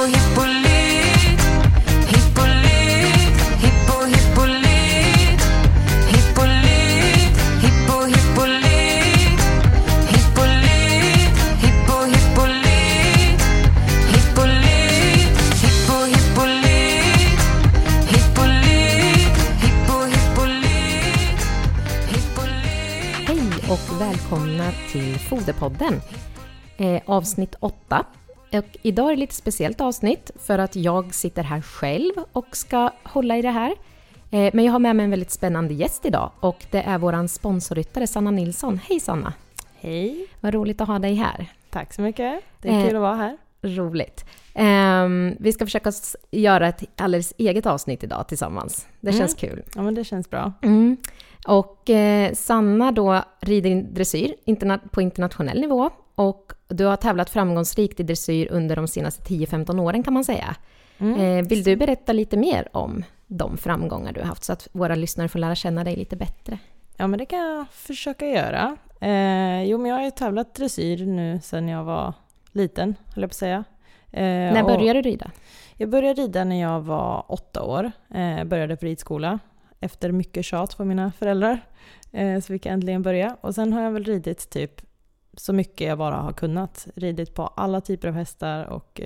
hippolyt, hippolyt, hippo, hippolyt, hippolyt, hippo, hippolyt, hippolyt, hippo, hippolyt, hippolyt, hippo, hippolyt, hippolyt, hippo, hippolyt, hippolyt. Hej och välkomna till Foderpodden, avsnitt 8. Och idag är det lite speciellt avsnitt för att jag sitter här själv och ska hålla i det här. Men jag har med mig en väldigt spännande gäst idag och det är våran sponsorryttare Sanna Nilsson. Hej Sanna! Hej! Vad roligt att ha dig här. Tack så mycket. Det är kul att vara här. Roligt. Vi ska försöka göra ett alldeles eget avsnitt idag tillsammans. Det känns kul. Ja, men det känns bra. Och Sanna då rider dressyr på internationell nivå och du har tävlat framgångsrikt i dressyr under de senaste 10-15 åren kan man säga. Vill du berätta lite mer om de framgångar du har haft så att våra lyssnare får lära känna dig lite bättre? Ja, men det kan jag försöka göra. Men jag har ju tävlat dressyr nu sedan jag var liten, höll jag på att säga. När började du rida? Jag började rida när jag var 8 år. Började på ridskola efter mycket tjat på mina föräldrar. Så fick jag äntligen börja. Och sen har jag väl ridit typ så mycket jag bara har kunnat. Ridit på alla typer av hästar och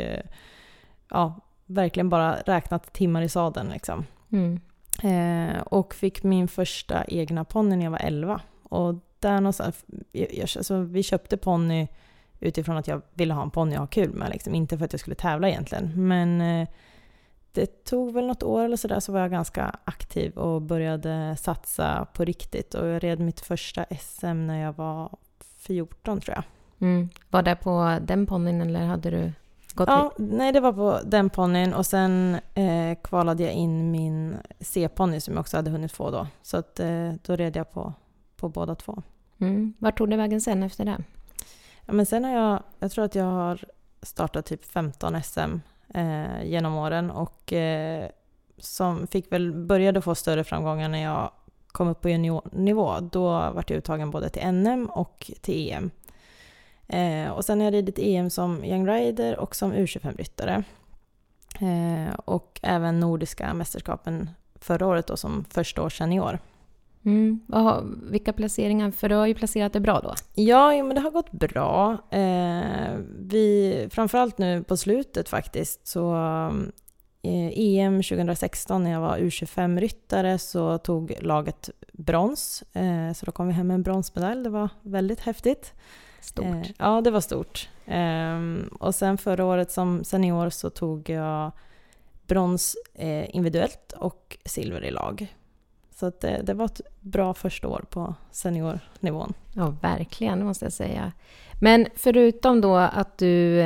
verkligen bara räknat timmar i sadeln liksom. Och fick min första egna ponny när jag var 11. Och där någonstans, alltså, vi köpte ponny utifrån att jag ville ha en ponny och ha kul med. Liksom. Inte för att jag skulle tävla egentligen. Men det tog väl något år eller sådär så var jag ganska aktiv och började satsa på riktigt. Och jag red mitt första SM när jag var 14 tror jag. Var det på den ponnyn eller hade du gått nej, det var på den ponnyn och sen kvalade jag in min C-ponny som jag också hade hunnit få då. Så att, då red jag på båda två. Vart tog det vägen sen efter det? Ja, men sen har jag tror att jag har startat typ 15 SM genom åren och som började få större framgångar när jag kom upp på juniornivå. Då var jag uttagen både till NM och till EM. Och sen har jag ridit EM som Young Rider och som U25-ryttare. Och även nordiska mästerskapen förra året då, som första års senior. Vilka placeringar? För du har ju placerat det bra då. Ja, men det har gått bra. Framförallt nu på slutet faktiskt så EM 2016 när jag var U25-ryttare så tog laget brons. Så då kom vi hem med en bronsmedalj. Det var väldigt häftigt. Stort. Ja, det var stort. Och sen förra året som senior så tog jag brons individuellt och silver i lag. Så att det var ett bra första år på seniornivån. Ja, verkligen måste jag säga. Men förutom då att du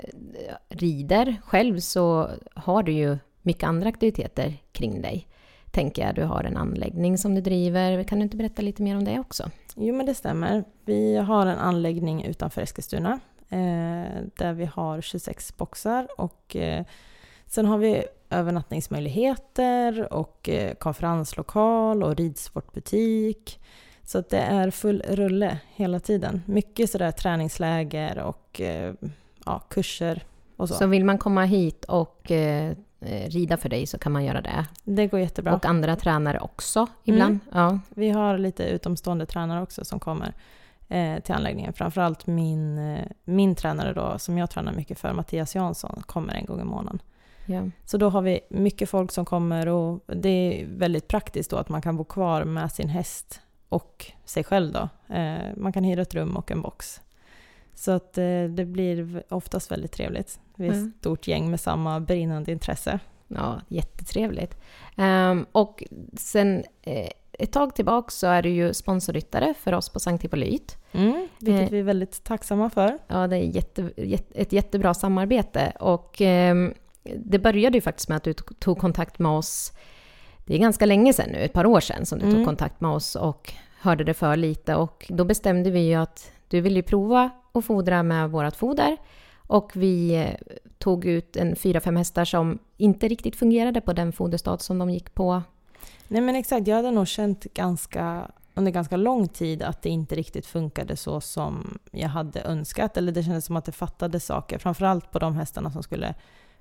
rider själv så har du ju mycket andra aktiviteter kring dig. Tänker jag, du har en anläggning som du driver. Kan du inte berätta lite mer om det också? Jo, men det stämmer. Vi har en anläggning utanför Eskilstuna där vi har 26 boxar och sen har vi övernattningsmöjligheter och konferenslokal och ridsportbutik. Så att det är full rulle hela tiden. Mycket sådär träningsläger och kurser och så. Så vill man komma hit och rida för dig så kan man göra det? Det går jättebra. Och andra tränare också ibland? Ja. Vi har lite utomstående tränare också som kommer till anläggningen. Framförallt min tränare då, som jag tränar mycket för, Mattias Jansson, kommer en gång i månaden. Ja. Så då har vi mycket folk som kommer och det är väldigt praktiskt då att man kan bo kvar med sin häst och sig själv då. Man kan hyra ett rum och en box. Så att det blir oftast väldigt trevligt. Vi är ett stort gäng med samma brinnande intresse. Ja, jättetrevligt. Och sen ett tag tillbaka så är du ju sponsorryttare för oss på Sankt Hippolyt. Vilket vi är väldigt tacksamma för. Ja, det är ett jättebra samarbete. Och det började ju faktiskt med att du tog kontakt med oss. Det är ganska länge sedan nu, ett par år sedan som du tog kontakt med oss och hörde det för lite. Och då bestämde vi ju att du ville prova att fodra med vårat foder. Och vi tog ut 4-5 hästar som inte riktigt fungerade på den foderstad som de gick på. Nej, men exakt, jag hade nog känt under ganska lång tid att det inte riktigt funkade så som jag hade önskat. Eller det kändes som att det fattades saker. Framförallt på de hästarna som skulle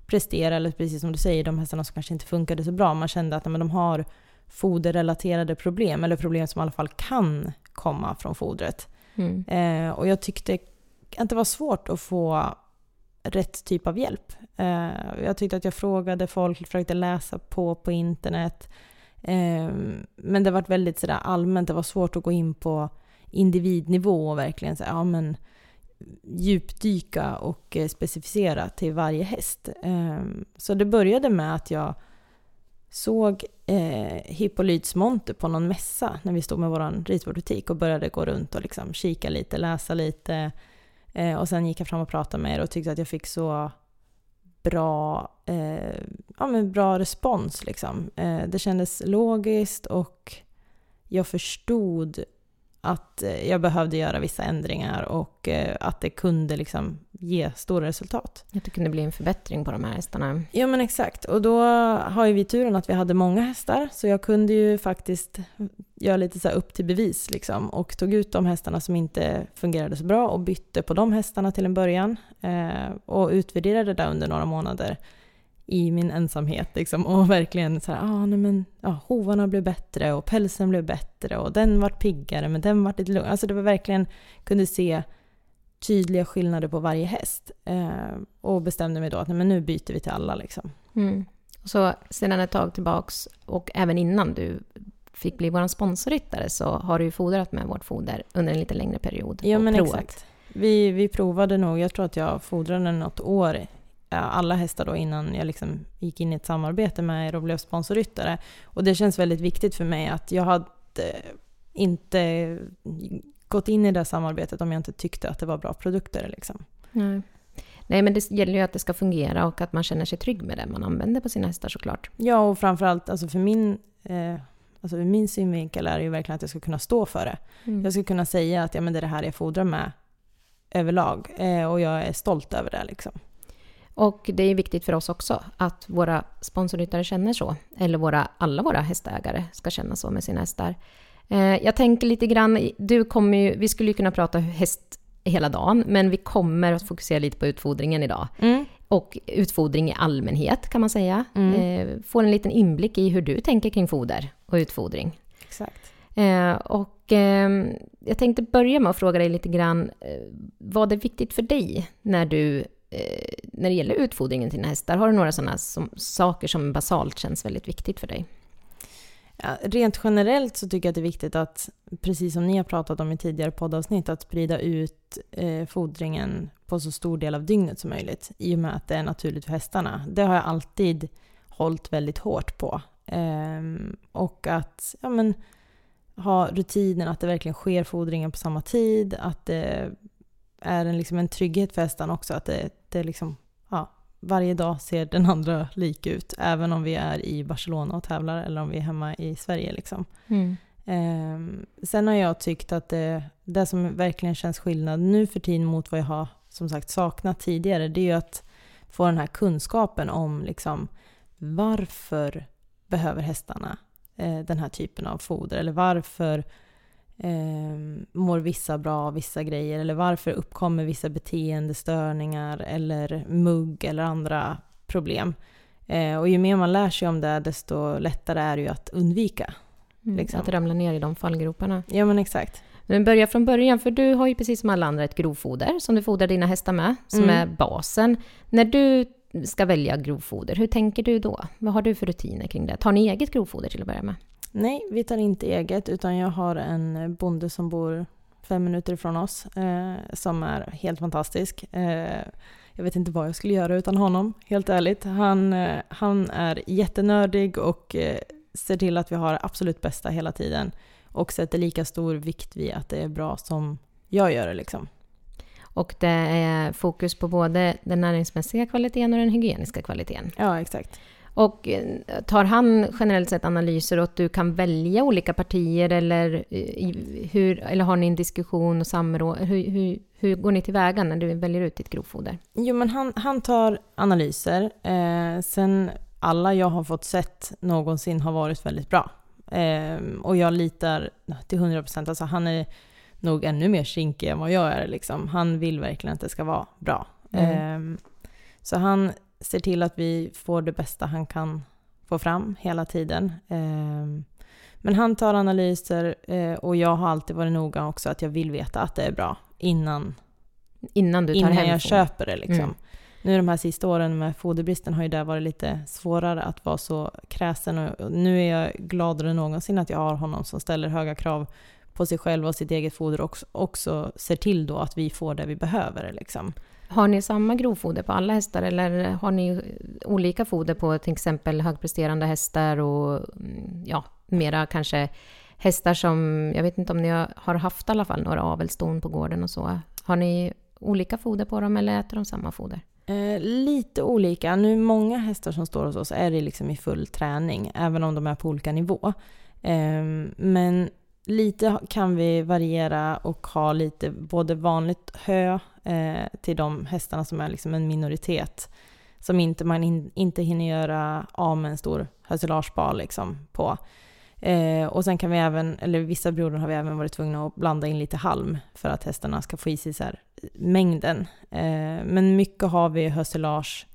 prestera, eller precis som du säger, de hästarna som kanske inte funkade så bra. Man kände att men de har foderrelaterade problem, eller problem som i alla fall kan komma från fodret. Och jag tyckte att det var svårt att få rätt typ av hjälp. Jag tyckte att jag frågade folk, försökte läsa på internet. Men det var väldigt sådär allmänt. Det var svårt att gå in på individnivå och verkligen säga, djupdyka och specificera till varje häst. Så det började med att jag såg Hippolyts monter på någon mässa när vi stod med vår ridsportbutik och började gå runt och liksom kika lite, läsa lite. Och sen gick jag fram och pratade med er och tyckte att jag fick så bra respons. Liksom. Det kändes logiskt och jag förstod att jag behövde göra vissa ändringar och att det kunde liksom ge stora resultat. Att det kunde bli en förbättring på de här hästarna. Ja, men exakt. Och då har ju vi turen att vi hade många hästar, så jag kunde ju faktiskt göra lite så här upp till bevis liksom, och tog ut de hästarna som inte fungerade så bra och bytte på de hästarna till en början och utvärderade det under några månader i min ensamhet liksom, och verkligen så här, hovarna blev bättre och pälsen blev bättre och den vart piggare, men den vart lite lugn. Alltså det var verkligen, kunde se tydliga skillnader på varje häst och bestämde mig då att nu byter vi till alla liksom. Och så sedan ett tag tillbaks och även innan du fick bli vår sponsorryttare så har du ju fodrat med vårt foder under en lite längre period. Ja, men provat. Exakt. Vi provade nog, jag tror att jag fodrade något år alla hästar då innan jag liksom gick in i ett samarbete med er och blev sponsorryttare. Och det känns väldigt viktigt för mig att jag hade inte gått in i det samarbetet om jag inte tyckte att det var bra produkter liksom. Nej, men det gäller ju att det ska fungera och att man känner sig trygg med det man använder på sina hästar såklart. Ja, och framförallt alltså för min synvinkel är ju verkligen att jag ska kunna stå för det. Jag ska kunna säga att det är det här jag fodrar med överlag och jag är stolt över det liksom. Och det är viktigt för oss också att våra sponsorryttare känner så. Eller alla våra hästägare ska känna så med sina hästar. Jag tänker lite grann, vi skulle ju kunna prata häst hela dagen, men vi kommer att fokusera lite på utfodringen idag. Och utfodring i allmänhet kan man säga. Får en liten inblick i hur du tänker kring foder och utfodring. Exakt. Jag tänkte börja med att fråga dig lite grann, vad är viktigt för dig när det gäller utfodringen till dina hästar? Har du några sådana saker som basalt känns väldigt viktigt för dig? Ja, rent generellt så tycker jag att det är viktigt att, precis som ni har pratat om i tidigare poddavsnitt, att sprida ut fodringen på så stor del av dygnet som möjligt, i och med att det är naturligt för hästarna. Det har jag alltid hållit väldigt hårt på. Och att ha rutinen att det verkligen sker fodringen på samma tid, att det är en trygghet för hästarna också, att det liksom, varje dag ser den andra lik ut, även om vi är i Barcelona och tävlar eller om vi är hemma i Sverige liksom. Sen har jag tyckt att det som verkligen känns skillnad nu för tiden mot vad jag har som sagt saknat tidigare, det är ju att få den här kunskapen om liksom, varför behöver hästarna den här typen av foder, eller varför mår vissa bra av vissa grejer, eller varför uppkommer vissa beteendestörningar eller mugg eller andra problem. Och ju mer man lär sig om det, desto lättare är det ju att undvika. Liksom. Att ramla ner i de fallgroparna. Ja, men exakt. Men börja från början, för du har ju precis som alla andra ett grovfoder som du fodrar dina hästar med, som är basen. När du ska välja grovfoder, hur tänker du då? Vad har du för rutiner kring det? Tar ni eget grovfoder till att börja med? Nej, vi tar inte eget, utan jag har en bonde som bor 5 minuter ifrån oss som är helt fantastisk. Jag vet inte vad jag skulle göra utan honom, helt ärligt. Han är jättenördig och ser till att vi har absolut bästa hela tiden. Och sätter lika stor vikt vid att det är bra som jag gör det liksom. Och det är fokus på både den näringsmässiga kvaliteten och den hygieniska kvaliteten. Ja, exakt. Och tar han generellt sett analyser och att du kan välja olika partier, eller har ni en diskussion och samråd? Hur går ni tillväga när du väljer ut ditt grovfoder? Jo, men han tar analyser. Sen alla jag har fått sett någonsin har varit väldigt bra. Och jag litar till 100%. Alltså han är nog ännu mer kinkig än vad jag är. Liksom. Han vill verkligen att det ska vara bra. Så han ser till att vi får det bästa han kan få fram hela tiden. Men han tar analyser och jag har alltid varit noga också att jag vill veta att det är bra innan du tar hem jag foder. köper det liksom. Nu de här sista åren med foderbristen har ju där varit lite svårare att vara så kräsen, och nu är jag gladare än någonsin att jag har honom som ställer höga krav på sig själv och sitt eget foder och också ser till då att vi får det vi behöver liksom. Har ni samma grovfoder på alla hästar eller har ni olika foder på till exempel högpresterande hästar och mera kanske hästar som, jag vet inte om ni har haft i alla fall några avelston på gården och så. Har ni olika foder på dem eller äter de samma foder? Lite olika. Nu många hästar som står hos oss är det liksom i full träning, även om de är på olika nivå. Men lite kan vi variera och ha lite både vanligt hö till de hästarna som är liksom en minoritet som man inte hinner göra av med en stor höselagebal liksom på. Och sen kan vi även, eller vissa brodar har vi även varit tvungna att blanda in lite halm för att hästarna ska få i sig så här mängden. Men mycket har vi höselage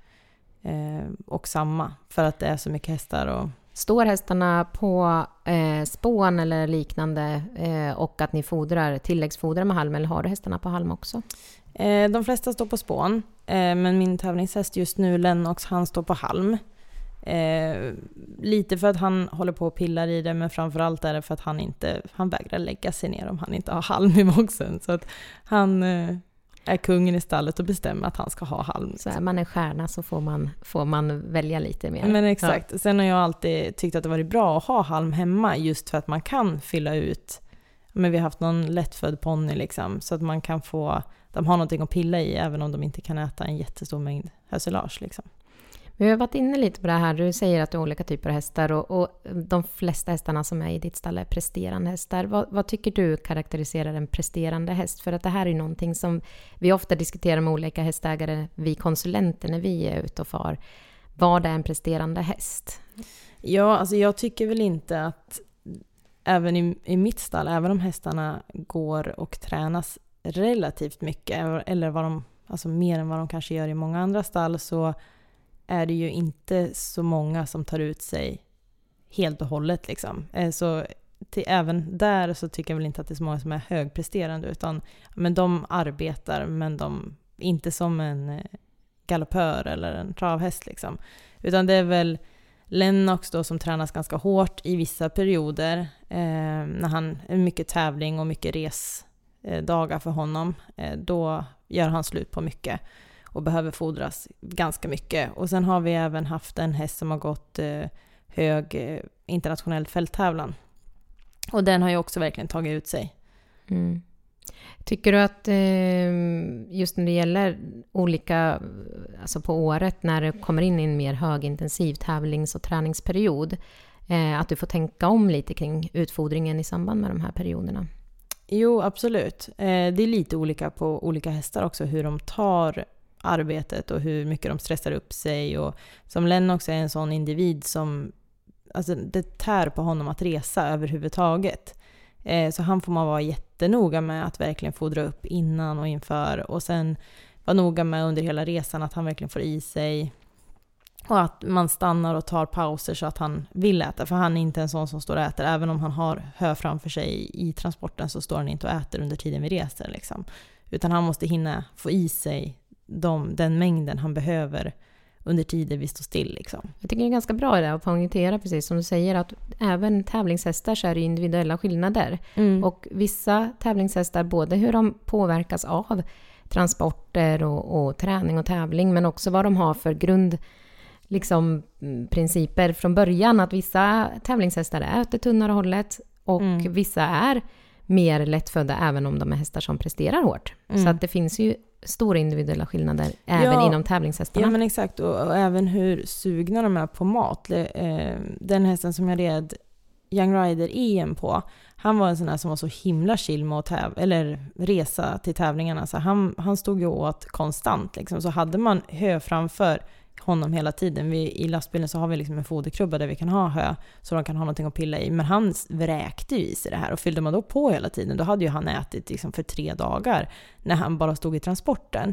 och samma för att det är så mycket hästar. Och står hästarna på spån eller liknande och att ni tilläggsfodrar med halm, eller har du hästarna på halm också? De flesta står på spån, men min tävlingshäst just nu, Lennox, han står på halm. Lite för att han håller på och pillar i det, men framförallt är det för att han vägrar lägga sig ner om han inte har halm i boxen. Så att han är kungen i stallet och bestämmer att han ska ha halm. Så är man en stjärna så får man välja lite mer. Men exakt. Ja. Sen har jag alltid tyckt att det varit bra att ha halm hemma just för att man kan fylla ut. Men vi har haft någon lättfödd ponny liksom, så att man kan de har någonting att pilla i även om de inte kan äta en jättestor mängd hösilage liksom. Vi har varit inne lite på det här. Du säger att du har olika typer av hästar och de flesta hästarna som är i ditt stall är presterande hästar. Vad tycker du karaktäriserar en presterande häst? För att det här är någonting som vi ofta diskuterar med olika hästägare, vi konsulenter, när vi är ute och far. Vad är en presterande häst? Ja, alltså jag tycker väl inte att även i mitt stall, även om hästarna går och tränas relativt mycket, eller mer än vad de kanske gör i många andra stall, så är det ju inte så många som tar ut sig helt och hållet liksom. Så även där så tycker jag väl inte att det är så många som är högpresterande, utan men de arbetar, men de inte som en galoppör eller en travhäst liksom. Utan det är väl Lennox då som tränas ganska hårt i vissa perioder, när han är mycket tävling och mycket resdagar för honom, då gör han slut på mycket och behöver fodras ganska mycket. Och sen har vi även haft en häst som har gått hög internationell fälttävlan. Och den har ju också verkligen tagit ut sig. Mm. Tycker du att just när det gäller olika, alltså på året när det kommer in i en mer högintensiv tävlings- och träningsperiod, att du får tänka om lite kring utfodringen i samband med de här perioderna? Jo, absolut. Det är lite olika på olika hästar också, hur de tar arbetet och hur mycket de stressar upp sig. Och som Lennox är en sån individ som, alltså det tär på honom att resa överhuvudtaget. Så han får man vara jättenoga med att verkligen fodra upp innan och inför, och sen vara noga med under hela resan att han verkligen får i sig och att man stannar och tar pauser så att han vill äta, för han är inte en sån som står och äter. Även om han har hö framför sig i transporten så står han inte och äter under tiden vi reser liksom. Utan han måste hinna få i sig den mängden han behöver under tiden vi står still liksom. Jag tycker det är ganska bra det att poängtera, precis som du säger, att även tävlingshästar så är det individuella skillnader. Och vissa tävlingshästar, både hur de påverkas av transporter och träning och tävling, men också vad de har för grund liksom principer från början, att vissa tävlingshästar är åt det tunnare hållet och vissa är mer lättfödda även om de är hästar som presterar hårt. Så att det finns ju stora individuella skillnader även inom tävlingshästarna. Ja, men exakt. Och även hur sugna de är på mat. Den hästen som jag red Young Rider EM på, han var en sån här som var så himla chill med att resa till tävlingarna. Så han stod ju åt konstant liksom. Så hade man hö framför honom hela tiden. I lastbilen så har vi liksom en foderkrubba där vi kan ha hö så de kan ha någonting att pilla i. Men han vräkte ju i sig det här, och fyllde man då på hela tiden, då hade ju han ätit liksom för 3 dagar när han bara stod i transporten.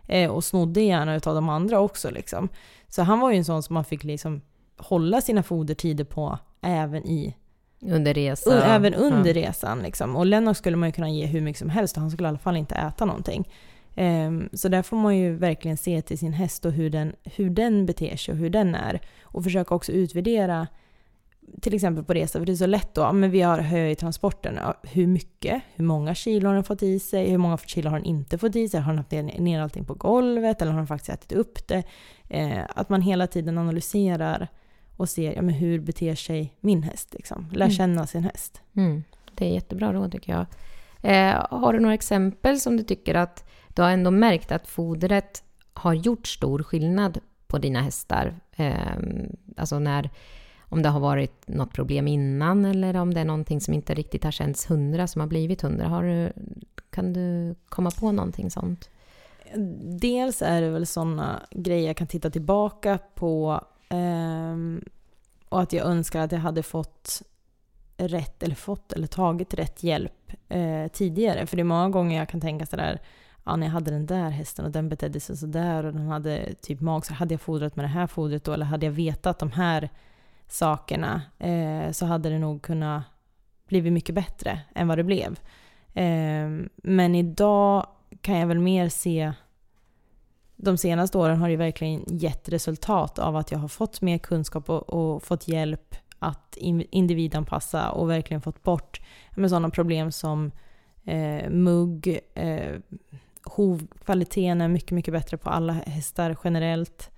Och snodde gärna utav de andra också liksom. Så han var ju en sån som man fick liksom hålla sina fodertider på även under resan. Även under resan liksom. Och Lennox skulle man ju kunna ge hur mycket som helst och han skulle i alla fall inte äta någonting. Så där får man ju verkligen se till sin häst och hur den beter sig och hur den är. Och försöka också utvärdera till exempel på resa, för det är så lätt då, men vi har hö i transporten. Hur mycket, hur många kilo har den fått i sig, hur många kilo har den inte fått i sig, har den haft ner allting på golvet eller har den faktiskt ätit upp det? Att man hela tiden analyserar och ser men hur beter sig min häst. Liksom. Lär känna sin häst. Det är jättebra råd tycker jag. Har du några exempel som du tycker att du har ändå märkt att fodret har gjort stor skillnad på dina hästar? Alltså om det har varit något problem innan eller om det är någonting som inte riktigt har känts 100 som har blivit 100. Kan du komma på någonting sånt? Dels är det väl sådana grejer jag kan titta tillbaka på och att jag önskar att jag hade fått rätt eller tagit rätt hjälp tidigare. För det är många gånger jag kan tänka sådär, när jag hade den där hästen och den betedde sig sådär och den hade typ så hade jag fodrat med det här fodret då, eller hade jag vetat de här sakerna så hade det nog kunnat blivit mycket bättre än vad det blev. Men idag kan jag väl mer se, de senaste åren har det verkligen gett resultat av att jag har fått mer kunskap och fått hjälp att individanpassa och verkligen fått bort med sådana problem som mugg, hovkvaliteten är mycket, mycket bättre på alla hästar generellt.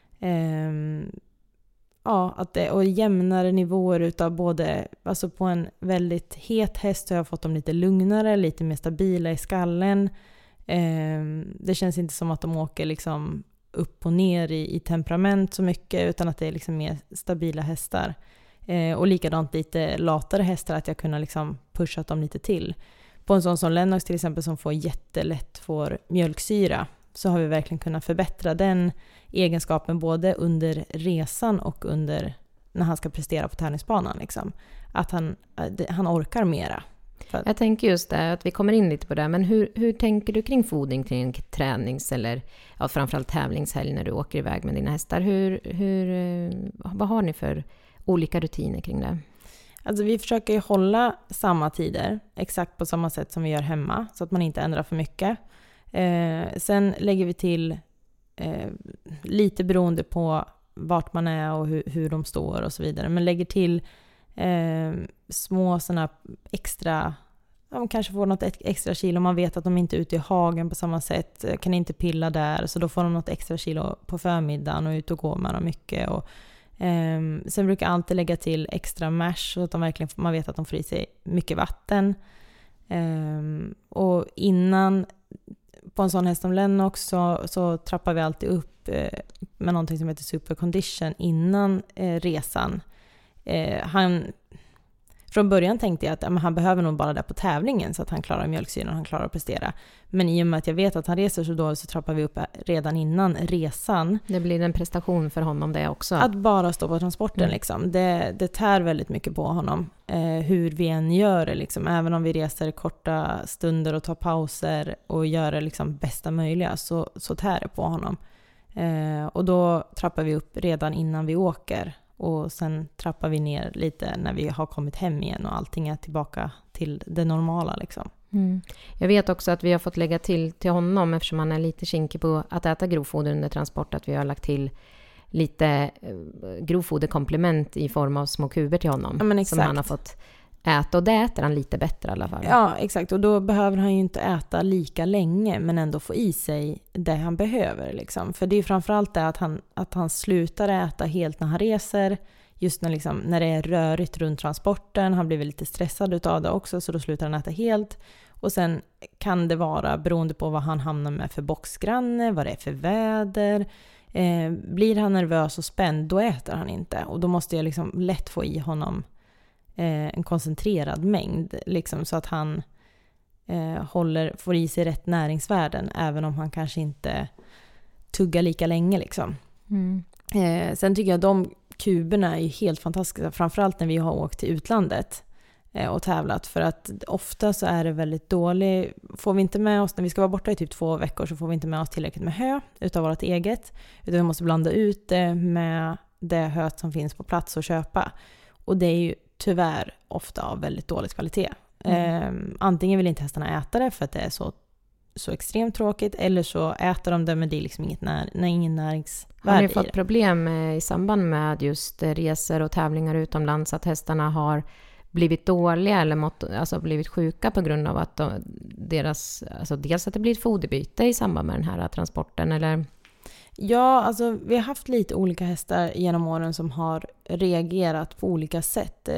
Och jämnare nivåer utav både, alltså på en väldigt het häst så har jag fått dem lite lugnare, lite mer stabila i skallen. Det känns inte som att de åker liksom upp och ner i temperament så mycket, utan att det är liksom mer stabila hästar. Och likadant lite latare hästar, att jag kunna liksom pusha dem lite till. På en sån som Lennox till exempel som får jättelätt får mjölksyra, så har vi verkligen kunnat förbättra den egenskapen både under resan och under när han ska prestera på tävlingsbanan. Liksom. Att han orkar mera. Jag tänker just det, att vi kommer in lite på det. Men hur tänker du kring fodring, kring tränings- eller framförallt tävlingshelg när du åker iväg med dina hästar? Vad har ni för olika rutiner kring det? Alltså vi försöker ju hålla samma tider, exakt på samma sätt som vi gör hemma, så att man inte ändrar för mycket. Sen lägger vi till lite beroende på vart man är och hur de står och så vidare. Men lägger till små sådana extra, de kanske får något extra kilo. Man vet att de inte är ute i hagen på samma sätt, kan inte pilla där. Så då får de något extra kilo på förmiddagen och ut och går med dem mycket. Och, sen brukar jag alltid lägga till extra mash så att man vet att de får i sig mycket vatten. Och innan, på en sån häst som Lennox så trappar vi alltid upp med någonting som heter super condition innan resan. Från början tänkte jag att han behöver nog bara där på tävlingen så att han klarar mjölksyran och han klarar att prestera. Men i och med att jag vet att han reser så trappar vi upp redan innan resan. Det blir en prestation för honom det också. Att bara stå på transporten liksom. Det tär väldigt mycket på honom. Hur vi än gör det liksom. Även om vi reser korta stunder och tar pauser och gör det liksom bästa möjliga så tär det på honom. Och då trappar vi upp redan innan vi åker. Och sen trappar vi ner lite när vi har kommit hem igen och allting är tillbaka till det normala liksom. Jag vet också att vi har fått lägga till honom, eftersom han är lite kinkig på att äta grovfoder under transport, att vi har lagt till lite grovfoderkomplement i form av små kuber till honom som han har fått äta, och det äter han lite bättre i alla fall. Ja, exakt, och då behöver han ju inte äta lika länge men ändå få i sig det han behöver liksom. För det är framförallt det att han slutar äta helt när han reser, just när det är rörigt runt transporten. Han blir väl lite stressad utav det också, så då slutar han äta helt. Och sen kan det vara beroende på vad han hamnar med för boxgranne, vad det är för väder. Blir han nervös och spänd, då äter han inte. Och då måste jag liksom lätt få i honom en koncentrerad mängd liksom, så att han får i sig rätt näringsvärden även om han kanske inte tuggar lika länge liksom. Sen tycker jag de kuberna är helt fantastiska, framförallt när vi har åkt till utlandet. och tävlat, för att ofta så är det väldigt dåligt. Får vi inte med oss, när vi ska vara borta i typ 2 veckor, så får vi inte med oss tillräckligt med hö utav vårt eget, utan vi måste blanda ut det med det höet som finns på plats och köpa. Och det är ju tyvärr ofta av väldigt dålig kvalitet. Antingen vill inte hästarna äta det för att det är så extremt tråkigt, eller så äter de det, men det är liksom ingen näringsvärde. Har ni fått problem i samband med just resor och tävlingar utomlands, att hästarna har blivit dåliga eller blivit sjuka på grund av att dels att det blir ett foderbyte i samband med den här transporten, eller? Ja, alltså vi har haft lite olika hästar genom åren som har reagerat på olika sätt.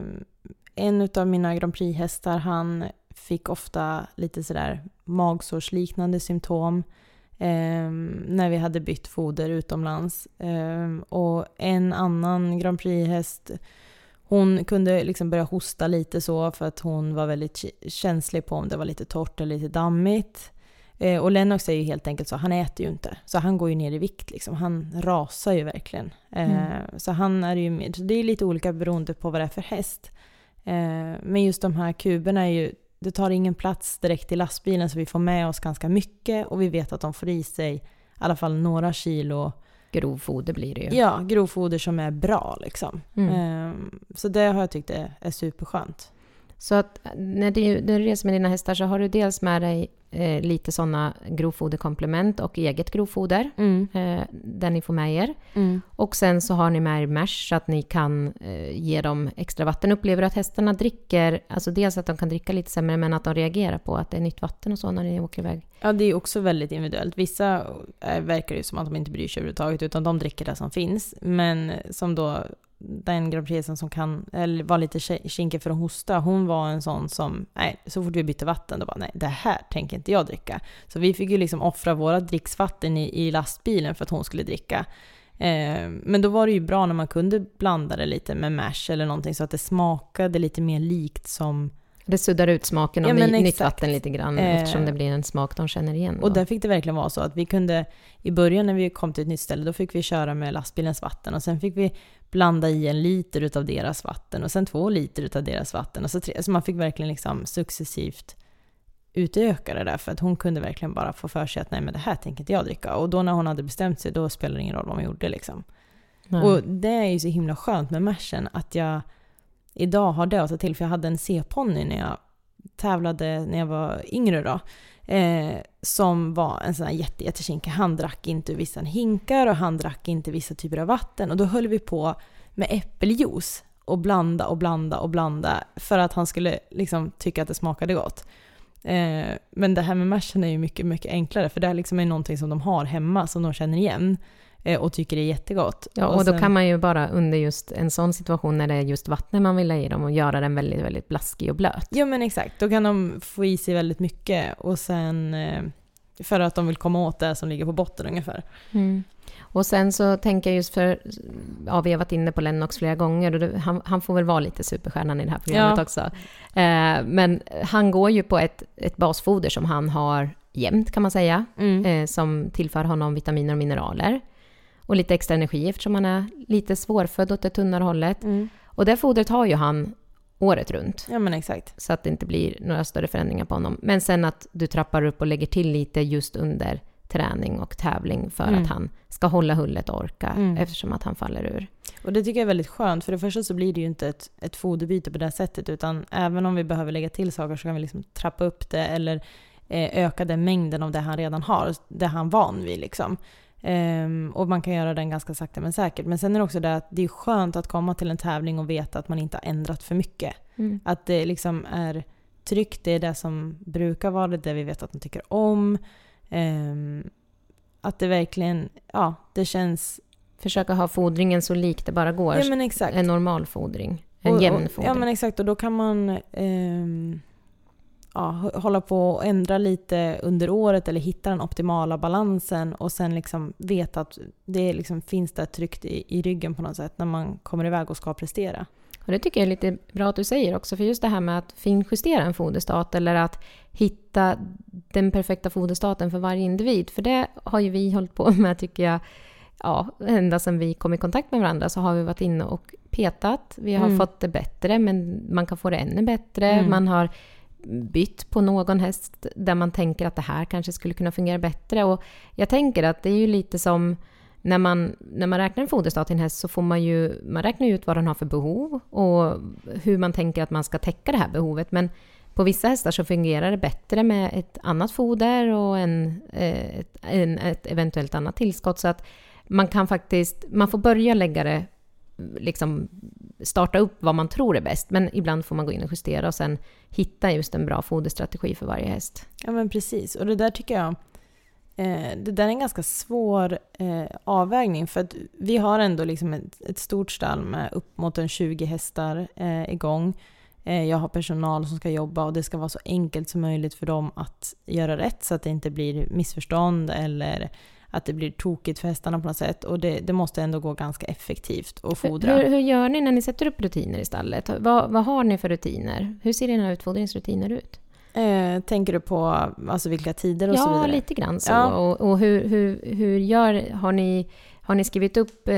En av mina Grand Prix-hästar, han fick ofta lite sådär magsårsliknande symptom när vi hade bytt foder utomlands. Och en annan Grand Prix-häst, hon kunde liksom börja hosta lite så, för att hon var väldigt känslig på om det var lite torrt eller lite dammigt. Och Lennox är ju helt enkelt så, han äter ju inte. Så han går ju ner i vikt liksom. Han rasar ju verkligen. Så han är ju med. Så det är lite olika beroende på vad det är för häst. Men just de här kuberna är ju, det tar ingen plats direkt i lastbilen, så vi får med oss ganska mycket. Och vi vet att de får i sig i alla fall några kilo. Grovfoder blir det ju. Ja, grovfoder som är bra liksom. Så det har jag tyckt är superskönt. Så att när du reser med dina hästar, så har du dels med dig lite sådana grovfoderkomplement och eget grovfoder där ni får med er. Och sen så har ni med er mash, så att ni kan ge dem extra vatten. Upplever att hästarna dricker, alltså dels att de kan dricka lite sämre, men att de reagerar på att det är nytt vatten och så när ni åker iväg? Ja, det är också väldigt individuellt. Vissa verkar ju som att de inte bryr sig överhuvudtaget, utan de dricker det som finns. Men som då den Grand Prixen som kan eller var lite kinkig för att hosta, hon var en sån som, nej, så fort vi bytte vatten då bara, nej, det här tänker inte jag dricka. Så vi fick ju liksom offra våra dricksvatten i lastbilen för att hon skulle dricka. Men då var det ju bra när man kunde blanda det lite med mash eller någonting, så att det smakade lite mer likt som... Det suddar ut smaken av nytt vatten lite grann, eftersom det blir en smak de känner igen. Och där fick det verkligen vara så att vi kunde, i början när vi kom till ett nytt ställe, då fick vi köra med lastbilens vatten, och sen fick vi blanda i 1 liter utav deras vatten, och sen 2 liter utav deras vatten, och så 3. Så man fick verkligen liksom successivt utöka det där, för att hon kunde verkligen bara få för sig att nej, men det här tänker inte jag dricka. Och då när hon hade bestämt sig, då spelade det ingen roll vad man gjorde liksom. Och det är ju så himla skönt med mashen, att jag idag har det att ta till, för jag hade en C-ponny när jag tävlade när jag var yngre då, som var en sån här jättekinkig. Han drack inte ur vissa hinkar och han drack inte vissa typer av vatten, och då höll vi på med äppeljuice och blanda för att han skulle liksom tycka att det smakade gott. Men det här med mashen är ju mycket, mycket enklare, för det liksom är någonting som de har hemma som de känner igen och tycker är jättegott. Ja, och då kan man ju bara under just en sån situation när det är just vatten man vill ha i dem och göra den väldigt, väldigt blaskig och blöt. Ja, men exakt. Då kan de få i sig väldigt mycket, och sen för att de vill komma åt det som ligger på botten ungefär. Och sen så tänker jag just för, ja, vi har varit inne på Lennox flera gånger, och han får väl vara lite superstjärnan i det här programmet också. Men han går ju på ett basfoder som han har jämt, kan man säga, som tillför honom vitaminer och mineraler. Och lite extra energi, eftersom han är lite svårfödd åt det tunnare hållet. Och det fodret har ju han året runt. Ja, men exakt. Så att det inte blir några större förändringar på honom. Men sen att du trappar upp och lägger till lite just under träning och tävling för att han ska hålla hullet och orka, eftersom att han faller ur. Och det tycker jag är väldigt skönt, för det första så blir det ju inte ett foderbyte på det sättet, utan även om vi behöver lägga till saker så kan vi liksom trappa upp det eller öka den mängden av det han redan har, det han van vid liksom. Och man kan göra den ganska sakta men säkert. Men sen är det också det att det är skönt att komma till en tävling och veta att man inte har ändrat för mycket. Att det liksom är tryggt, det är det som brukar vara det vi vet att man tycker om. Att det verkligen, ja, det känns... Försöka ha fodringen så lik det bara går. Ja, men exakt. En normal fodring. En jämn fodring. Ja, men exakt. Och då kan man hålla på och ändra lite under året, eller hitta den optimala balansen, och sen liksom veta att det liksom finns där tryggt i ryggen på något sätt när man kommer iväg och ska prestera. Och det tycker jag är lite bra att du säger också, för just det här med att finjustera en foderstat, eller att hitta den perfekta foderstaten för varje individ, för det har ju vi hållit på med, tycker jag, ända sedan vi kom i kontakt med varandra så har vi varit inne och petat. Vi har fått det bättre, men man kan få det ännu bättre. Man har bytt på någon häst där man tänker att det här kanske skulle kunna fungera bättre. Och jag tänker att det är ju lite som när man räknar en foderstat till en häst, så får man räknar ut vad den har för behov och hur man tänker att man ska täcka det här behovet. Men på vissa hästar så fungerar det bättre med ett annat foder och ett eventuellt annat tillskott. Så att man får börja lägga det, liksom starta upp vad man tror är bäst. Men ibland får man gå in och justera och sen hitta just en bra foderstrategi för varje häst. Ja, men precis. Och det där tycker jag, det där är en ganska svår avvägning. För att vi har ändå liksom ett stort stall med upp mot 20 hästar igång. Jag har personal som ska jobba och det ska vara så enkelt som möjligt för dem att göra rätt så att det inte blir missförstånd eller att det blir tokigt för hästarna på något sätt. Och det måste ändå gå ganska effektivt att fodra. Hur gör ni när ni sätter upp rutiner i stallet? Vad har ni för rutiner? Hur ser dina utfodringsrutiner ut? Tänker du på alltså vilka tider och så vidare? Ja, lite grann så. Ja. Och har ni skrivit upp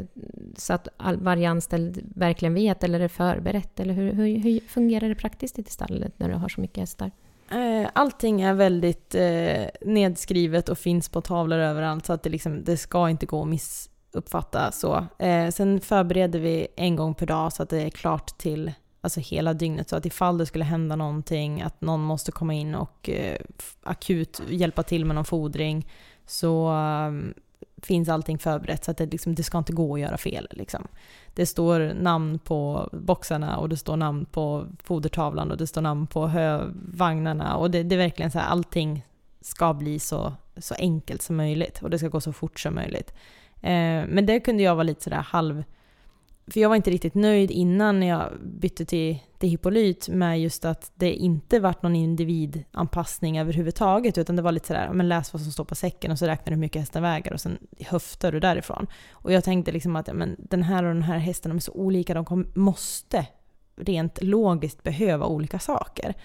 så att varje anställd verkligen vet, eller är det förberett? Eller hur fungerar det praktiskt i stallet när du har så mycket hästar? Allting är väldigt nedskrivet och finns på tavlor överallt, så att det ska inte gå att missuppfatta så. Sen förbereder vi en gång per dag så att det är klart till alltså hela dygnet, så att ifall det skulle hända någonting, att någon måste komma in och akut hjälpa till med någon fodring, så finns allting förberett så att det ska inte gå att göra fel. Liksom. Det står namn på boxarna och det står namn på fodertavlan och det står namn på hövagnarna, och det är verkligen så här, allting ska bli så enkelt som möjligt och det ska gå så fort som möjligt. Men det kunde jag vara lite sådär för jag var inte riktigt nöjd innan jag bytte till Hippolyt med just att det inte varit någon individanpassning överhuvudtaget, utan det var lite sådär, men läs vad som står på säcken och så räknar du hur mycket hästen väger och sen höftar du därifrån. Och jag tänkte liksom att den här och den här hästen, de är så olika, de måste rent logiskt behöva olika saker.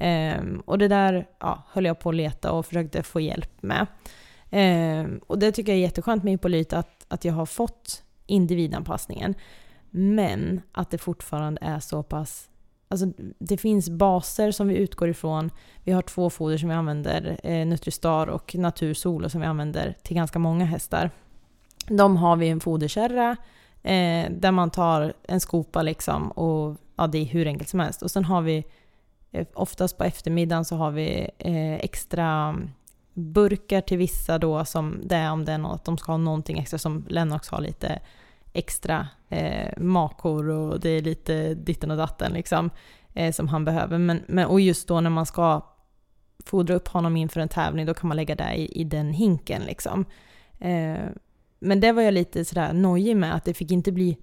Och det där höll jag på att leta och försökte få hjälp med. Och det tycker jag är jätteskönt med Hippolyt, att jag har fått individanpassningen. Men att det fortfarande är så pass... Alltså det finns baser som vi utgår ifrån. Vi har 2 foder som vi använder, Nutristar och Natursolo, som vi använder till ganska många hästar. De har vi en foderkärra där man tar en skopa liksom, och det är hur enkelt som helst. Och sen har vi oftast på eftermiddagen så har vi extra burkar till vissa då, som det är om det är något, de ska ha någonting extra, som Lennox har lite extra makor och det är lite ditten och datten liksom, som han behöver. Men och just då när man ska fodra upp honom inför en tävling, då kan man lägga det i den hinken liksom. Men det var jag lite sådär nojig med, att det fick inte bli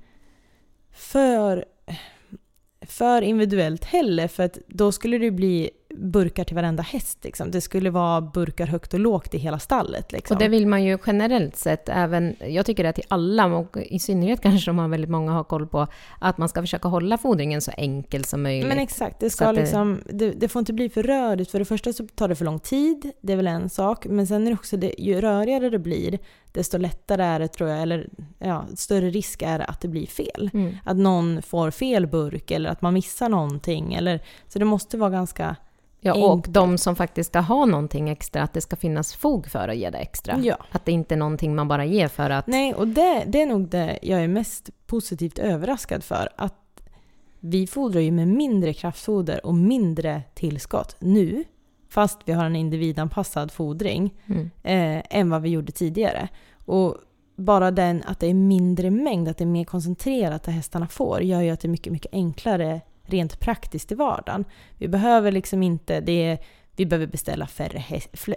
för individuellt heller, för att då skulle det bli burkar till varenda häst liksom. Det skulle vara burkar högt och lågt i hela stallet liksom. Och det vill man ju generellt sett även, jag tycker det är till alla, och i synnerhet kanske de har väldigt många har koll på, att man ska försöka hålla fodringen så enkel som möjligt. Men exakt, det ska liksom, det får inte bli för rörigt. För det första så tar det för lång tid, det är väl en sak, men sen är det också ju rörigare det blir, desto lättare är det, tror jag, eller större risk är det att det blir fel. Att någon får fel burk eller att man missar någonting, eller så det måste vara ganska och de som faktiskt ska ha någonting extra, att det ska finnas fog för att ge det extra. Ja. Att det inte är någonting man bara ger för att... Nej, och det är nog det jag är mest positivt överraskad för. Att vi fodrar ju med mindre kraftfoder och mindre tillskott nu, fast vi har en individanpassad fodring, än vad vi gjorde tidigare. Och bara den att det är mindre mängd, att det är mer koncentrerat att hästarna får, gör ju att det är mycket, mycket enklare rent praktiskt i vardagen. Vi behöver liksom inte vi behöver beställa färre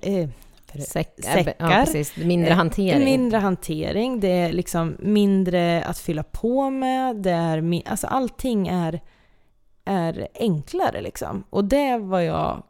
säckar. Ja, precis. Mindre hantering. Mindre hantering. Det är liksom mindre att fylla på med. Det är alltså allting är enklare liksom. Och det var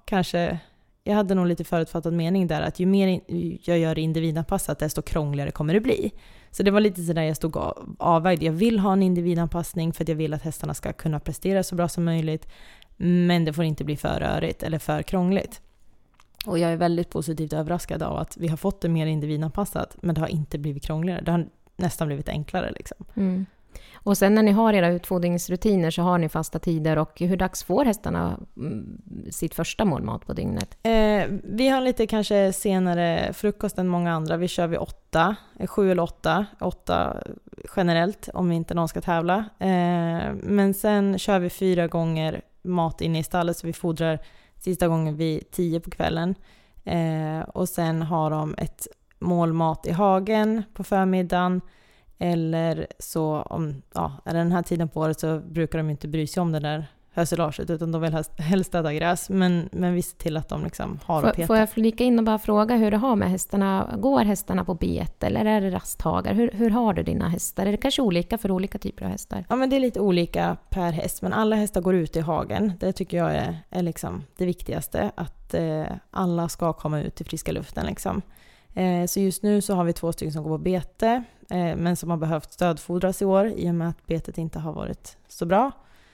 jag hade nog lite förutfattad mening där, att ju mer jag gör individanpassat, desto krångligare kommer det bli. Så det var lite så där jag stod avvägd. Jag vill ha en individanpassning för att jag vill att hästarna ska kunna prestera så bra som möjligt. Men det får inte bli för rörigt eller för krångligt. Och jag är väldigt positivt överraskad av att vi har fått det mer individanpassat, men det har inte blivit krångligare. nästan blivit enklare liksom. Mm. Och sen när ni har era utfodringsrutiner så har ni fasta tider, och hur dags får hästarna sitt första målmat på dygnet? Vi har lite kanske senare frukost än många andra. Vi kör vid 8, 7 eller 8 generellt om inte någon ska tävla. Men sen kör vi 4 gånger mat inne i stallet, så vi fodrar sista gången vid 10 på kvällen. Och sen har de ett målmat i hagen på förmiddagen. Eller så är det den här tiden på året så brukar de inte bry sig om det där höselaget, utan de vill helst äta gräs, men vi ser till att de liksom har att peta. Får jag flika in och bara fråga hur det har med hästarna? Går hästarna på bet eller är det rasthagar? Hur har du dina hästar? Är det kanske olika för olika typer av hästar? Ja, men det är lite olika per häst, men alla hästar går ut i hagen. Det tycker jag är liksom det viktigaste, att alla ska komma ut i friska luften liksom. Så just nu så har vi 2 stycken som går på bete, men som har behövt stödfodras i år i och med att betet inte har varit så bra.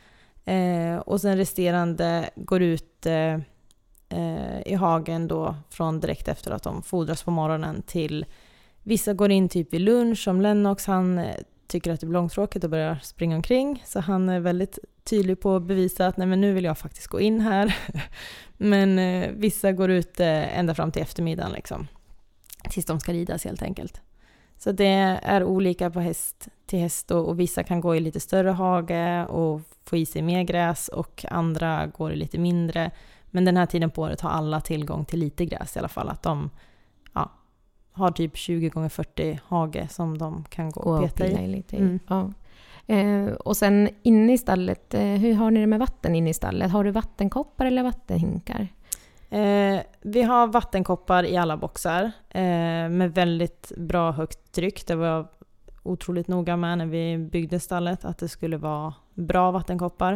Och sen resterande går ut i hagen då från direkt efter att de fodras på morgonen till vissa går in typ vid lunch, som Lennox. Han tycker att det blir långtråkigt och börjar springa omkring, så han är väldigt tydlig på att bevisa att nej, men nu vill jag faktiskt gå in här. Men vissa går ut ända fram till eftermiddagen liksom, tills de ska ridas helt enkelt. Så det är olika på häst till häst, och vissa kan gå i lite större hage och få i sig mer gräs, och andra går i lite mindre. Men den här tiden på året har alla tillgång till lite gräs i alla fall, att de har typ 20x40 hage som de kan gå och peta i. Lite i. Ja. Och sen inne i stallet, hur har ni det med vatten inne i stallet? Har du vattenkoppar eller vattenhinkar? Vi har vattenkoppar i alla boxar med väldigt bra högt tryck. Det var otroligt noga med när vi byggde stallet att det skulle vara bra vattenkoppar.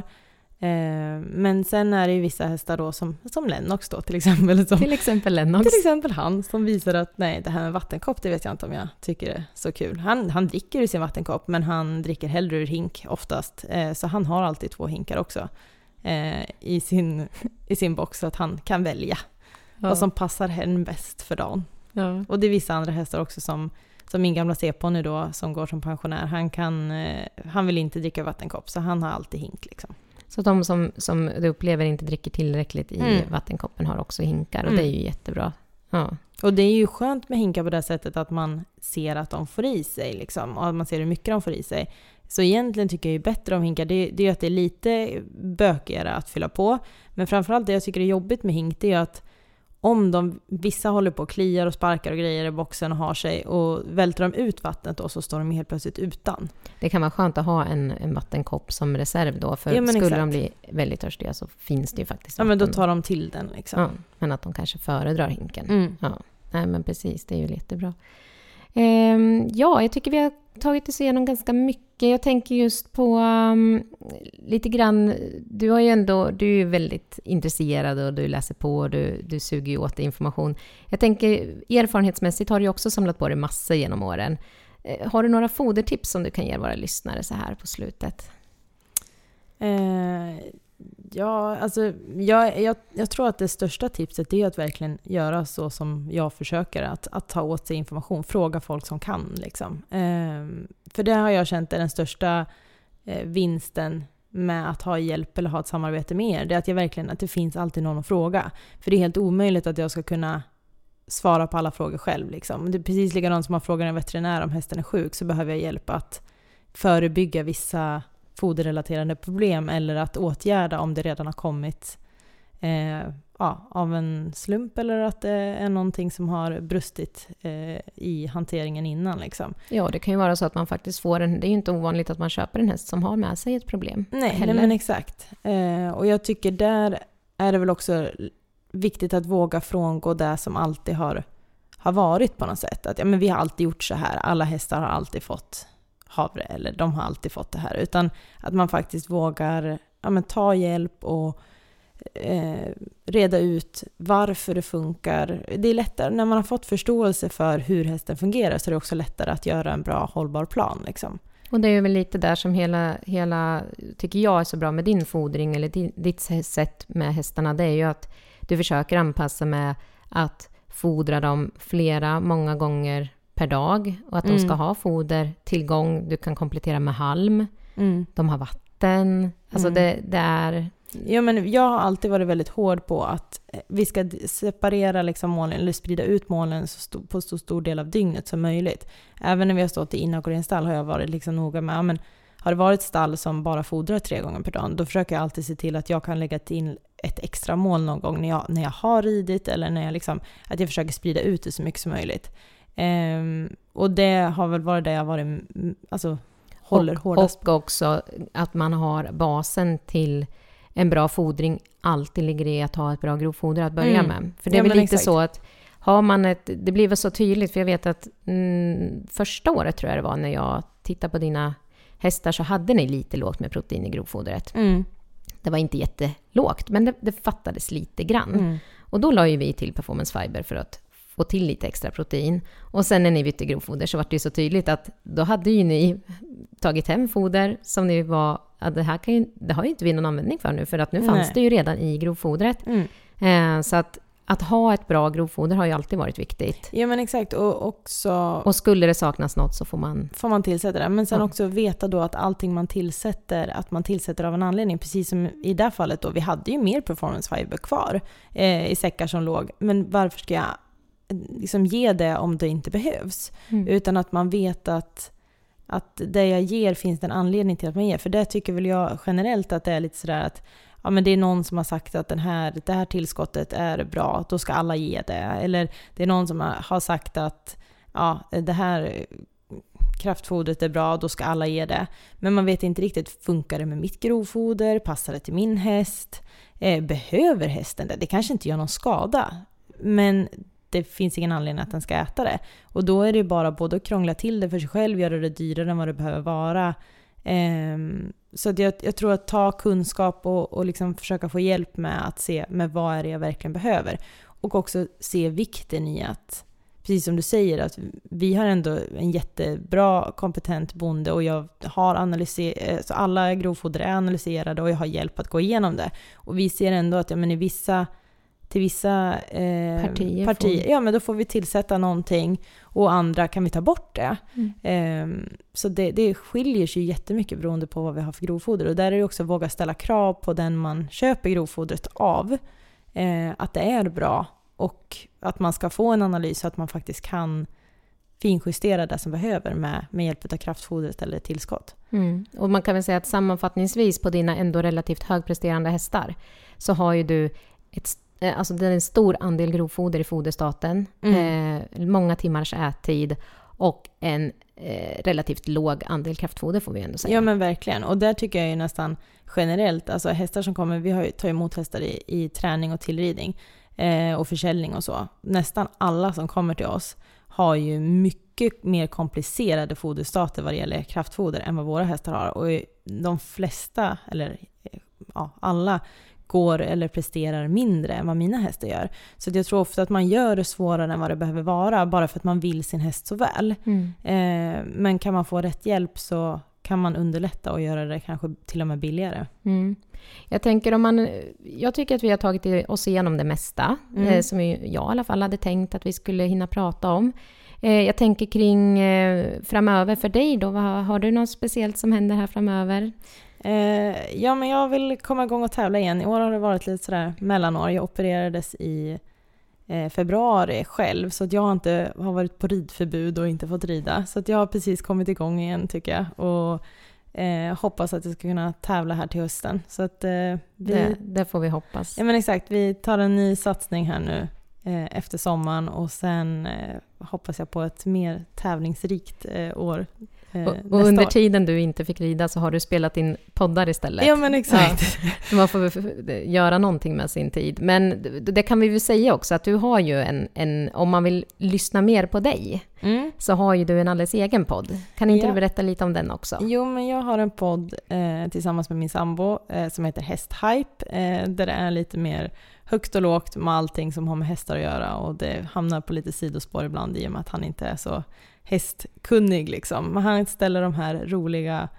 Men sen är det ju vissa hästar då som Lennox då till exempel. Till exempel Lennox. Till exempel han som visar att nej, det här med vattenkopp, det vet jag inte om jag tycker är så kul. Han dricker ur sin vattenkopp, men han dricker hellre ur hink oftast. Så han har alltid 2 hinkar också i sin box, så att han kan välja vad som passar henne bäst för dagen. Ja. Och det är vissa andra hästar också som min gamla C-ponny då, som går som pensionär. Han vill inte dricka vattenkopp, så han har alltid hink liksom. Så de som du upplever inte dricker tillräckligt i vattenkoppen har också hinkar, och det är ju jättebra. Ja. Och det är ju skönt med hinkar på det sättet att man ser att de får i sig liksom, och att man ser hur mycket de får i sig. Så egentligen tycker jag ju bättre om hinkar, det är ju att det är lite bökigare att fylla på. Men framförallt det jag tycker är jobbigt med hink, det är att om vissa håller på och kliar och sparkar och grejer i boxen och har sig, och välter de ut vattnet då, så står de helt plötsligt utan. Det kan vara skönt att ha en vattenkopp som reserv då, för skulle exakt. De bli väldigt törstiga så finns det ju faktiskt vatten. Ja, men då tar de till den liksom. Ja, men att de kanske föredrar hinken. Ja, nej men precis, det är ju jättebra. Ja, jag tycker vi har tagit oss igenom ganska mycket. Jag tänker just på lite grann, du är ju väldigt intresserad och du läser på och du suger ju åt information. Jag tänker erfarenhetsmässigt har du också samlat på dig massor genom åren. Har du några fodertips som du kan ge våra lyssnare så här på slutet? Ja, alltså jag tror att det största tipset är att verkligen göra så som jag försöker, att ta åt sig information, fråga folk som kan liksom. För det har jag känt är den största vinsten med att ha hjälp eller ha ett samarbete med er. Det är att det finns alltid någon att fråga. För det är helt omöjligt att jag ska kunna svara på alla frågor själv liksom. Det är precis likadant som man frågar en veterinär om hästen är sjuk, så behöver jag hjälp att förebygga vissa foderrelaterade problem eller att åtgärda om det redan har kommit av en slump, eller att det är någonting som har brustit i hanteringen innan liksom. Ja, det kan ju vara så att man faktiskt får det är ju inte ovanligt att man köper en häst som har med sig ett problem. Nej men exakt. Och jag tycker där är det väl också viktigt att våga frångå det som alltid har varit på något sätt. Att men vi har alltid gjort så här, alla hästar har alltid fått havre, eller de har alltid fått det här, utan att man faktiskt vågar ta hjälp och reda ut varför det funkar. Det är lättare när man har fått förståelse för hur hästen fungerar, så är det också lättare att göra en bra hållbar plan liksom. Och det är väl lite där som hela tycker jag är så bra med din fodring eller ditt sätt med hästarna, det är ju att du försöker anpassa med att fodra dem många gånger per dag och att de ska ha fodertillgång. Du kan komplettera med halm. De har vatten. Alltså det är... Ja, men jag har alltid varit väldigt hård på att vi ska separera liksom målen eller sprida ut målen på så stor del av dygnet som möjligt. Även när vi har stått i inackorderingsstall har jag varit liksom noga med, men har det varit stall som bara fodrar 3 gånger per dag, då försöker jag alltid se till att jag kan lägga till ett extra mål någon gång när jag har ridit, eller när jag liksom, att jag försöker sprida ut det så mycket som möjligt. Och det har väl varit det jag varit, alltså håller hårdast. Och också att man har basen till en bra fodring alltid ligger i att ha ett bra grovfoder att börja med. För det är väl lite exakt. Så att har man det blir väl så tydligt, för jag vet att första året tror jag det var när jag tittade på dina hästar, så hade ni lite lågt med protein i grovfodret. Det var inte jättelågt, men det fattades lite grann. Och då la ju vi till Performance Fiber för att få till lite extra protein. Och sen när ni bytte grovfoder så var det ju så tydligt att då hade ju ni tagit hem foder som ni var, att det har ju inte vi någon användning för nu, för att nu fanns det ju redan i grovfodret. Så att ha ett bra grovfoder har ju alltid varit viktigt. Ja, men exakt. Och skulle det saknas något så får man tillsätta det. Men sen också veta då att allting man tillsätter, att man tillsätter av en anledning. Precis som i det här fallet då, vi hade ju mer Performance Fiber kvar i säckar som låg. Men varför ska jag liksom ge det om det inte behövs? Utan att man vet att det jag ger finns det en anledning till att man ger. För det tycker väl jag generellt att det är lite sådär att ja, men det är någon som har sagt att det här tillskottet är bra, då ska alla ge det. Eller det är någon som har sagt att ja, det här kraftfodret är bra, då ska alla ge det. Men man vet inte riktigt, funkar det med mitt grovfoder? Passar det till min häst? Behöver hästen det? Det kanske inte gör någon skada, men det finns ingen anledning att den ska äta det. Och då är det bara både att krångla till det för sig själv, göra det dyrare än vad det behöver vara. Så att jag tror att ta kunskap och liksom försöka få hjälp med att se med vad är det jag verkligen behöver. Och också se vikten i att, precis som du säger, att vi har ändå en jättebra kompetent bonde och jag har analyserat, så alla grovfoder är analyserade och jag har hjälp att gå igenom det. Och vi ser ändå att men i vissa partier, ja, men då får vi tillsätta någonting och andra kan vi ta bort det. Så det skiljer sig jättemycket beroende på vad vi har för grovfoder. Och där är det också att våga ställa krav på den man köper grovfodret av, att det är bra och att man ska få en analys så att man faktiskt kan finjustera det som behöver med hjälp av kraftfodret eller tillskott. Och man kan väl säga att sammanfattningsvis på dina ändå relativt högpresterande hästar så har ju du alltså det är en stor andel grovfoder i foderstaten, många timmars ättid och en relativt låg andel kraftfoder får vi ändå säga. Ja, men verkligen. Och där tycker jag ju nästan generellt, alltså hästar som kommer, vi tar emot hästar i träning och tillridning och försäljning och så. Nästan alla som kommer till oss har ju mycket mer komplicerade foderstater vad det gäller kraftfoder än vad våra hästar har. Och de flesta, eller ja, alla går eller presterar mindre än vad mina hästar gör. Så jag tror ofta att man gör det svårare än vad det behöver vara, bara för att man vill sin häst så väl. Men kan man få rätt hjälp så kan man underlätta och göra det kanske till och med billigare. Jag tänker jag tycker att vi har tagit oss igenom det mesta som jag i alla fall hade tänkt att vi skulle hinna prata om. Jag tänker kring framöver för dig då. Har du något speciellt som händer här framöver? Ja, men jag vill komma igång och tävla igen. I år har det varit lite sådär mellanår. Jag opererades i februari själv, så att jag har varit på ridförbud och inte fått rida. Så att jag har precis kommit igång igen tycker jag. Och hoppas att jag ska kunna tävla här till hösten. Så att, det får vi hoppas. Ja, men exakt. Vi tar en ny satsning här nu efter sommaren och sen hoppas jag på ett mer tävlingsrikt år. Och under tiden du inte fick rida så har du spelat in poddar istället. Ja, men exakt. Ja, man får göra någonting med sin tid. Men det kan vi väl säga också att du har ju om man vill lyssna mer på dig så har ju du en alldeles egen podd. Kan inte du berätta lite om den också? Jo, men jag har en podd tillsammans med min sambo som heter Hästhype, där det är lite mer högt och lågt med allting som har med hästar att göra, och det hamnar på lite sidospår ibland i och med att han inte är så hästkunnig liksom. Men han ställer de här roliga,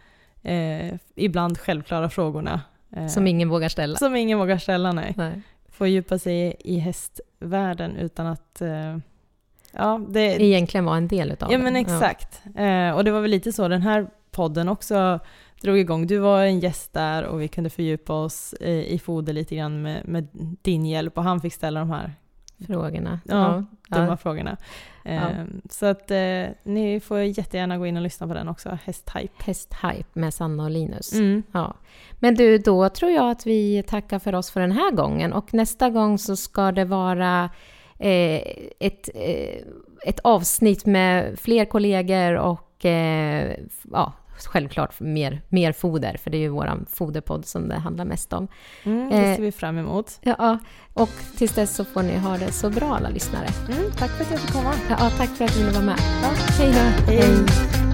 ibland självklara frågorna. Som ingen vågar ställa. Som ingen vågar ställa, nej. Får djupa sig i hästvärlden utan att Ja, det egentligen var en del utav ja, den. men exakt. Och det var väl lite så den här podden också drog igång. Du var en gäst där och vi kunde fördjupa oss i foder lite grann med din hjälp och han fick ställa de här Frågorna. dumma frågorna. Så att ni får jättegärna gå in och lyssna på den också. Hästhype med Sanna och Linus. Mm. Ja. Men du, då tror jag att vi tackar för oss för den här gången. Och nästa gång så ska det vara ett avsnitt med fler kollegor och självklart mer foder. För det är ju våran foderpodd som det handlar mest om. Det ser vi fram emot. Ja, och tills dess så får ni ha det så bra alla lyssnare. Tack för att jag fick komma. Ja, tack för att du ville vara med. Ja. Hej då. Hej.